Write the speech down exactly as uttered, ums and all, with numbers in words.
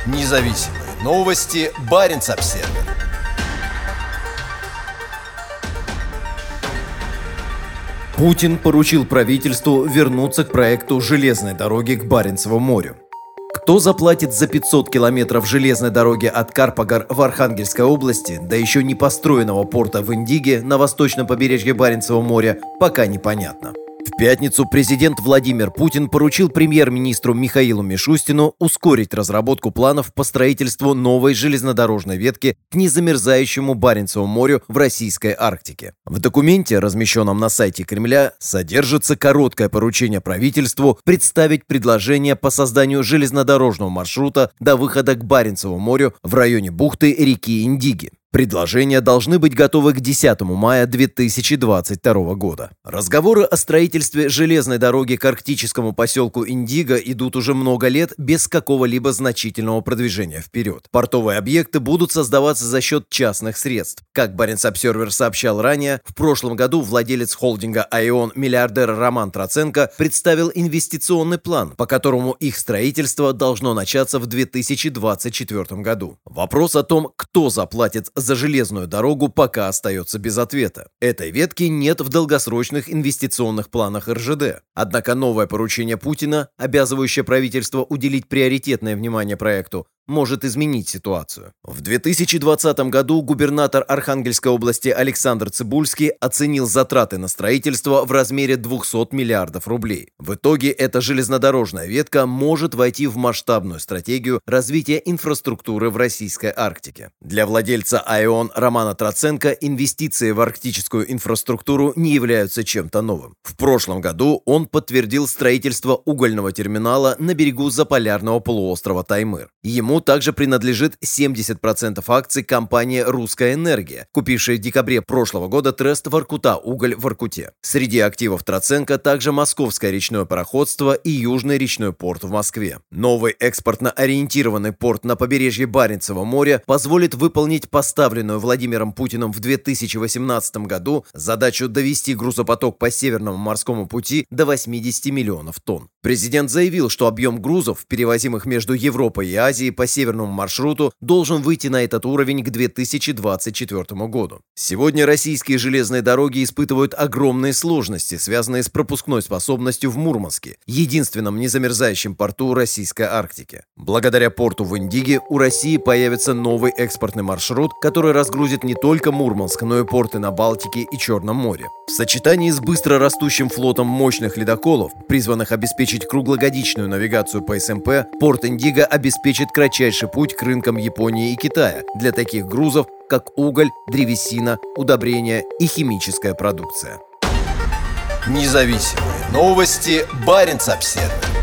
Независимые новости. Баренц-Обсервер. Путин поручил правительству вернуться к проекту железной дороги к Баренцеву морю. Кто заплатит за пятьсот километров железной дороги от Карпагар в Архангельской области, да еще не построенного порта в Индиге на восточном побережье Баренцева моря, пока непонятно. В пятницу президент Владимир Путин поручил премьер-министру Михаилу Мишустину ускорить разработку планов по строительству новой железнодорожной ветки к незамерзающему Баренцеву морю в российской Арктике. В документе, размещенном на сайте Кремля, содержится короткое поручение правительству представить предложение по созданию железнодорожного маршрута до выхода к Баренцеву морю в районе бухты реки Индиги. Предложения должны быть готовы к десятому мая две тысячи двадцать второго года. Разговоры о строительстве железной дороги к арктическому поселку Индиго идут уже много лет без какого-либо значительного продвижения вперед. Портовые объекты будут создаваться за счет частных средств. Как Баренц-Обсервер сообщал ранее, в прошлом году владелец холдинга «Айон» миллиардер Роман Троценко представил инвестиционный план, по которому их строительство должно начаться в две тысячи двадцать четвёртом году. Вопрос о том, кто заплатит за железную дорогу, пока остается без ответа. Этой ветки нет в долгосрочных инвестиционных планах эр жэ дэ. Однако новое поручение Путина, обязывающее правительство уделить приоритетное внимание проекту, может изменить ситуацию. В две тысячи двадцатом году губернатор Архангельской области Александр Цыбульский оценил затраты на строительство в размере двухсот миллиардов рублей. В итоге эта железнодорожная ветка может войти в масштабную стратегию развития инфраструктуры в российской Арктике. Для владельца «Айон» Романа Троценко инвестиции в арктическую инфраструктуру не являются чем-то новым. В прошлом году он подтвердил строительство угольного терминала на берегу заполярного полуострова Таймыр. Ему также принадлежит семьдесят процентов акций компании «Русская энергия», купившей в декабре прошлого года трест «Воркута-Уголь» в Воркуте. Среди активов Троценко также Московское речное пароходство и Южный речной порт в Москве. Новый экспортно-ориентированный порт на побережье Баренцева моря позволит выполнить поставленную Владимиром Путиным в две тысячи восемнадцатом году задачу довести грузопоток по Северному морскому пути до восьмидесяти миллионов тонн. Президент заявил, что объем грузов, перевозимых между Европой и Азией по северному маршруту, должен выйти на этот уровень к две тысячи двадцать четвёртому году. Сегодня российские железные дороги испытывают огромные сложности, связанные с пропускной способностью в Мурманске, единственном незамерзающем порту российской Арктики. Благодаря порту в Индиге у России появится новый экспортный маршрут, который разгрузит не только Мурманск, но и порты на Балтике и Черном море. В сочетании с быстро растущим флотом мощных ледоколов, призванных обеспечить круглогодичную навигацию по эс эм пэ, порт Индиго обеспечит кратчайший путь к рынкам Японии и Китая для таких грузов, как уголь, древесина, удобрения и химическая продукция. Независимые новости. Баренц-Обсервер.